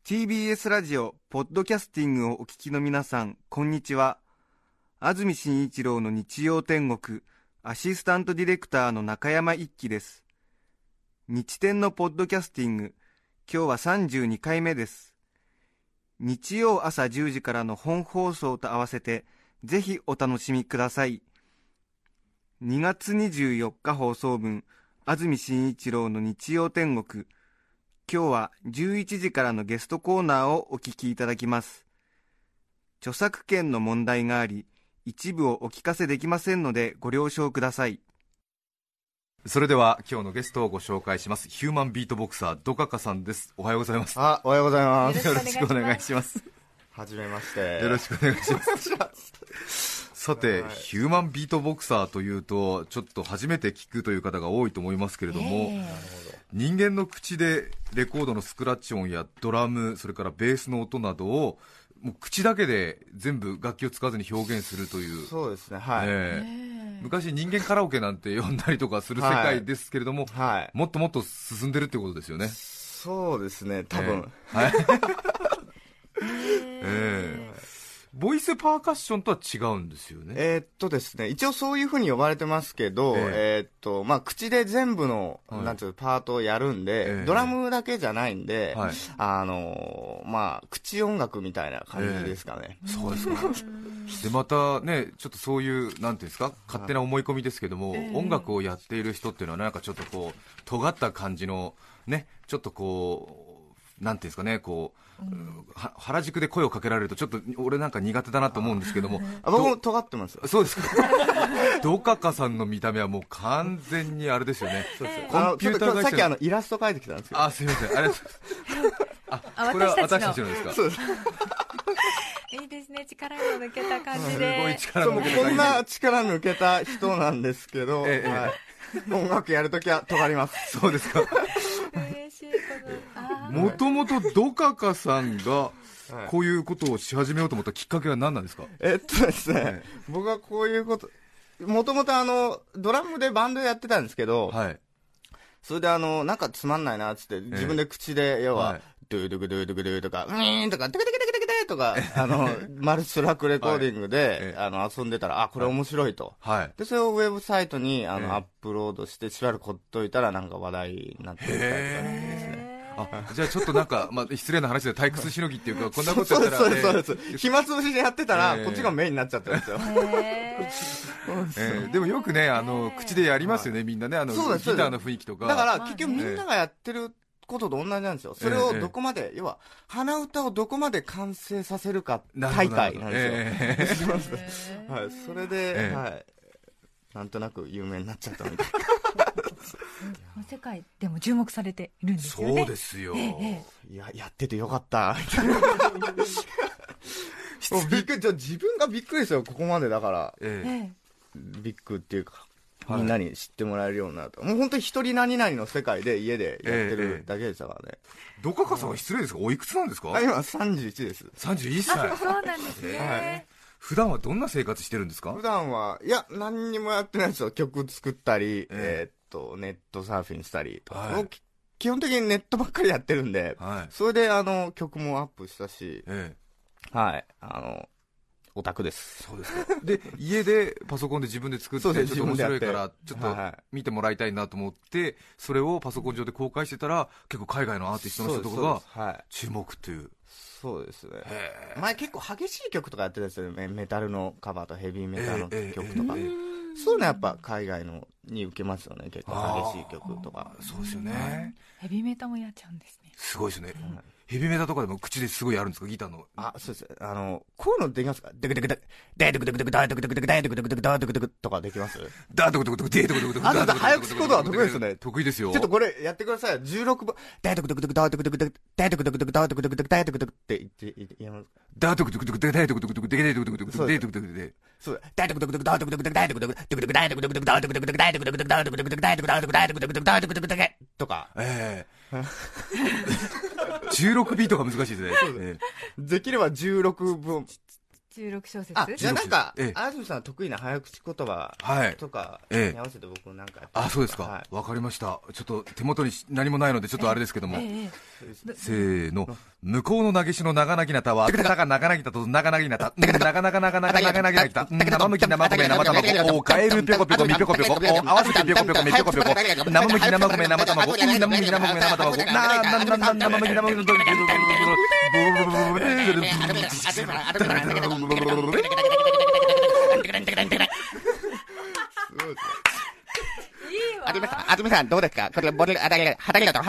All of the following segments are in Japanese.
TBS ラジオポッドキャスティングをお聞きの皆さん、こんにちは。安住紳一郎の日曜天国、アシスタントディレクターの中山一輝です。日天のポッドキャスティング、今日は32回目です。日曜朝10時からの本放送と合わせてぜひお楽しみください。2月24日放送分、安住紳一郎の日曜天国、今日は11時からのゲストコーナーをお聞きいただきます。著作権の問題があり、一部をお聞かせできませんのでご了承ください。 それでは今日のゲストをご紹介します。ヒューマンビートボクサードカカさんです。おはようございます。 おはようございます。 よろしくお願いします。 はじめまして。 よろしくお願いしますさて、ヒューマンビートボクサーというとちょっと初めて聞くという方が多いと思いますけれども、人間の口でレコードのスクラッチ音やドラム、それからベースの音などをもう口だけで全部楽器を使わずに表現するという。 そうですね、はい。 昔人間カラオケなんて呼んだりとかする世界ですけれども、もっともっと進んでるってことですよね。 そうですね、多分、 ボイスパーカッションとは違うんですよね。 ですね、一応そういうふうに呼ばれてますけど、口で全部の、なんていうパートをやるんで、ドラムだけじゃないんで、口音楽みたいな感じですかね。 そうですか。でまたね、ちょっとそういうなんていうんですか、勝手な思い込みですけども、音楽をやっている人っていうのはなんかちょっとこう尖った感じのね、ちょっとこうなんていうんですかね、こう原宿で声をかけられるとちょっと俺なんか苦手だなと思うんですけども、 僕も尖ってます。 そうですかドカカさんの見た目はもう完全にあれですよね。 コンピューター会社さっきイラスト描いてきたんですけど。 すいません、ありがとうございますこれは私たちのですか。 そうですいいですね、力が抜けた感じで。 すごい力抜けた感じで。 こんな力抜けた人なんですけど、音楽やるときは尖ります。 そうですか。 嬉しいこと。 もともとドカカさんがこういうことをし始めようと思ったきっかけは何なんですか。 ですね、僕はこういうこと、もともとドラムでバンドやってたんですけど、それでなんかつまんないなっつって自分で口で、要はドゥドゥクドゥドゥクドゥとかウィーンとかドゥクドゥクドゥクドゥクとかマルチトラックレコーディングで遊んでたら、これ面白いと、でそれをウェブサイトにアップロードしてしばらくほっといたらなんか話題になってるタイプですね。 じゃあちょっとなんか、失礼な話で退屈しのぎっていうか、こんなことやったらそうです、暇つぶしでやってたら、こっちがメインになっちゃったんですよ。 でもよくね、口でやりますよね、みんなね、ギターの雰囲気とか。 だから結局みんながやってることと同じなんですよ。それをどこまで、要は鼻歌をどこまで完成させるか大会なんですよ。それで、なんとなく有名になっちゃったみたいな。 世界でも注目されているんですよね。 そうですよ。 いや、やっててよかった自分がびっくりですよ、ここまでだから、ビッグっていうか、みんなに知ってもらえるようになると、もう本当に一人何々の世界で家でやってるだけでしたからね。 ドカカさんは失礼ですが、おいくつなんですか。 今31です。 31歳。 そうなんですね。 普段はどんな生活してるんですか。 普段は、いや、何にもやってないですよ。曲作ったり、ネットサーフィンしたりとか、基本的にネットばっかりやってるんで、それで曲もアップしたし、オタクです。 そうですか。で、家でパソコンで自分で作って、ちょっと面白いからちょっと見てもらいたいなと思って、それをパソコン上で公開してたら、結構海外のアーティストの人とかが注目という。 そうですね。前結構激しい曲とかやってたんですよね。メタルのカバーとヘビーメタルの曲とか。そういうのやっぱ海外のに受けますよね。結構激しい曲とか。 そうですよね。 ヘビーメタもやっちゃうんですね。 すごいですね。ヘビメタとかでも口ですごいやるんですか、ギターの。 そうです。こういうのできますか。デクデクデクデクデクデクダーデクデクデクダーデクデクデクダーデクデクとかできます。 ダーデクデクデクデクデクデクデク。 早口言葉得意ですね。 得意ですよ。 ちょっとこれやってください。16番。ダーデクデクデクダーデクデクデクダーデクデクデクダーデクデクデクダーデクデクって言えますか。 ダーデクデクデクダーデクデクデクダーデクデクデクダーデクデクデク。 そう。ダーデクデクデクダーデクデクデクダーデクデクデクダーデクデクデクダーデクデクデクダーデクデクデクダーデクデクデクダーデクデクデクダーデクデクデクダーデクデクデクとか。 16ビートが難しいですね。 できれば16分。 収録小説。 じゃあなんか、安住さん得意な早口言葉とかに合わせて僕なんかやって。 そうですか。わかりました。ちょっと手元に何もないのでちょっとあれですけども。せーの。向こうの投げしの長なぎなたは、たか長なぎたと長なぎなた。長なぎなた。生むき生米生卵。おカエルぴょこぴょこみぴょこぴょこ。合わせてぴょこぴょこみぴょこぴょこ。生むき生米生卵。生むき生米生卵。生むき生米生あずみさんどうですかこれボルはだけだと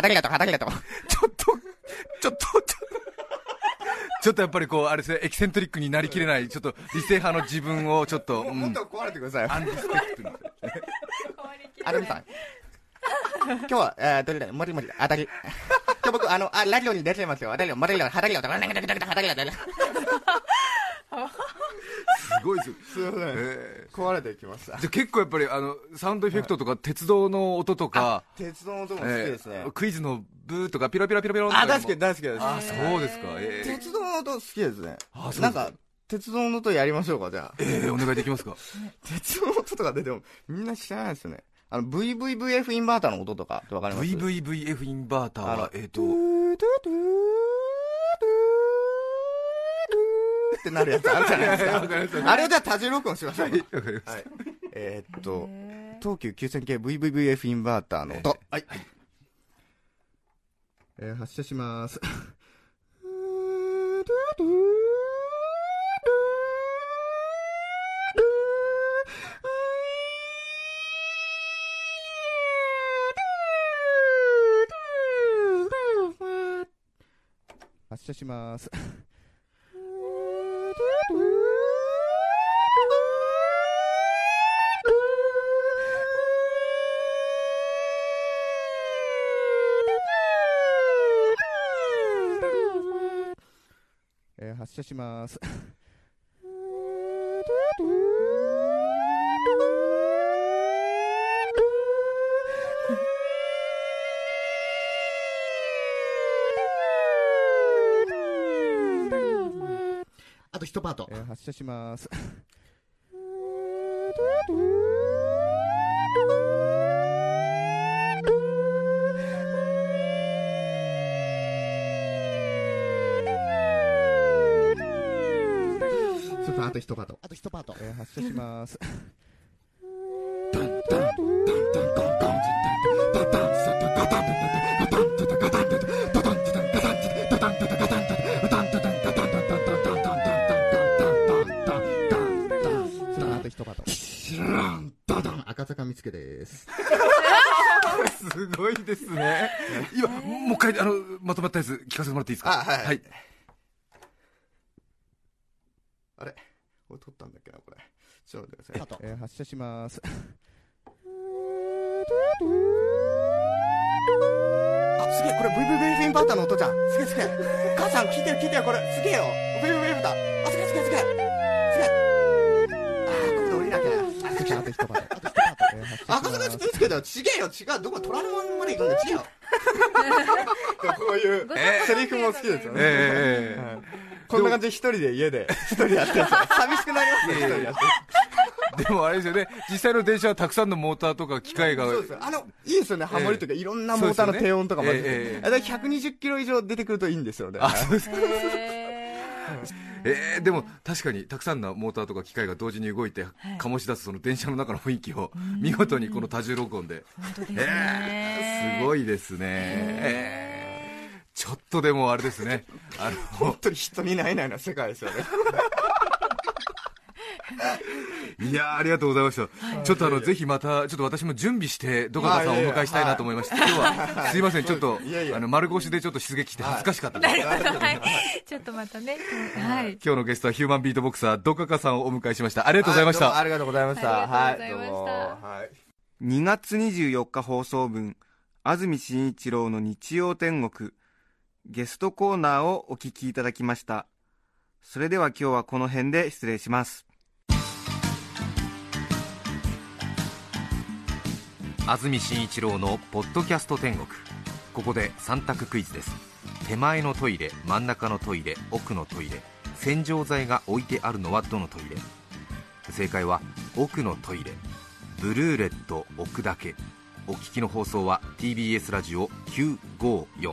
ちょっとやっぱりこうあれですね、エキセントリックになりきれないちょっと理性派の自分をちょっともっと壊れてくださいよ。 アンディスペクトにあずみさん今日はどれだもりもり当たり今日僕ラジオに出てますよ。ラジオもりはだけだとすごいですよ。 すいません、壊れてきました。 じゃ結構やっぱりサウンドエフェクトとか鉄道の音とか、 鉄道の音も好きですね。 クイズのブーとかピロピロピロピロとか大好きです。 そうですか。 鉄道の音好きですね。なんか鉄道の音やりましょうか。じゃあお願いできますか。 鉄道の音とか出てもみんな知らないですよね。VVVF インバーターの音とかってわかります？ VVVF インバーターはってなるやつあるじゃないですか。あれをじゃあ多重録音しましょう。東急9000系 VVVF インバーターの音。はい。発射します。発射します。発射します。あと一パート。発射します。あと一パート。発射します。赤坂見附です。 すごいですね。今もう一回まとまったやつ聞かせてもらっていいですか。はい。 あれこれ撮ったんだっけなこれ。ちょっと待ってください。発射します。すげえこれ VVVF インバーターの音じゃん。すげえ。お母さん聞いてよこれすげえよ。VVVF だ。すげえ。ここで降りなきゃ。あと一パート。赤坂見附だよ。ちげえよ。違う。どこ虎ノ門まで行くんだよ。違う。こういうセリフも好きですよね。こんな感じで一人で家で一人やってるんですよ。寂しくなりますね。一人やってる。でもあれですよね。実際の電車はたくさんのモーターとか機械が。 そうですよ。いいですよね。ハモリとかいろんなモーターの低音とかもある。120キロ以上出てくるといいんですよね。 そうですか。でも確かにたくさんのモーターとか機械が同時に動いて醸し出すその電車の中の雰囲気を見事にこの多重録音で、すごいですね。ちょっとでもあれですね。 本当に人にないな世界ですよね。 いやありがとうございました。ちょっとぜひまたちょっと私も準備してどこかさんをお迎えしたいなと思いまして、今日はすいませんちょっと丸腰でちょっと出撃して恥ずかしかったです。 ちょっとまたね。 今日のゲストはヒューマンビートボクサーどこかさんをお迎えしました。ありがとうございました。 ありがとうございました。 2月24日放送分安住紳一郎の日曜天国ゲストコーナーをお聞きいただきました。それでは今日はこの辺で失礼します。 安住紳一郎のポッドキャスト天国。ここで3択クイズです。手前のトイレ、真ん中のトイレ、奥のトイレ、 洗浄剤が置いてあるのはどのトイレ？正解は奥のトイレ、ブルーレット置くだけ。お聞きの放送は TBS ラジオ954。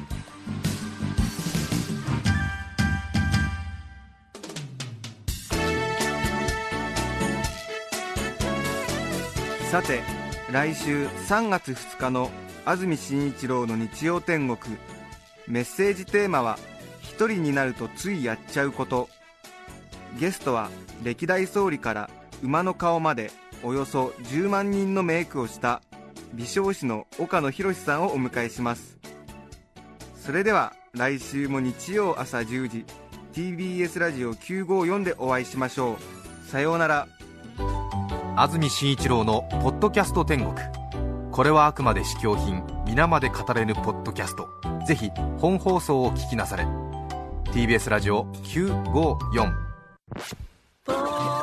さて、来週3月2日の安住紳一郎の日曜天国、メッセージテーマは一人になるとついやっちゃうこと。ゲストは歴代総理から馬の顔までおよそ10万人のメイクをした美少子の岡野博さんをお迎えします。それでは来週も日曜朝10時 TBS ラジオ954でお会いしましょう。さようなら。 安住紳一郎のポッドキャスト天国。これはあくまで試供品、皆まで語れぬポッドキャスト。ぜひ本放送を聞きなされ。 TBS ラジオ954。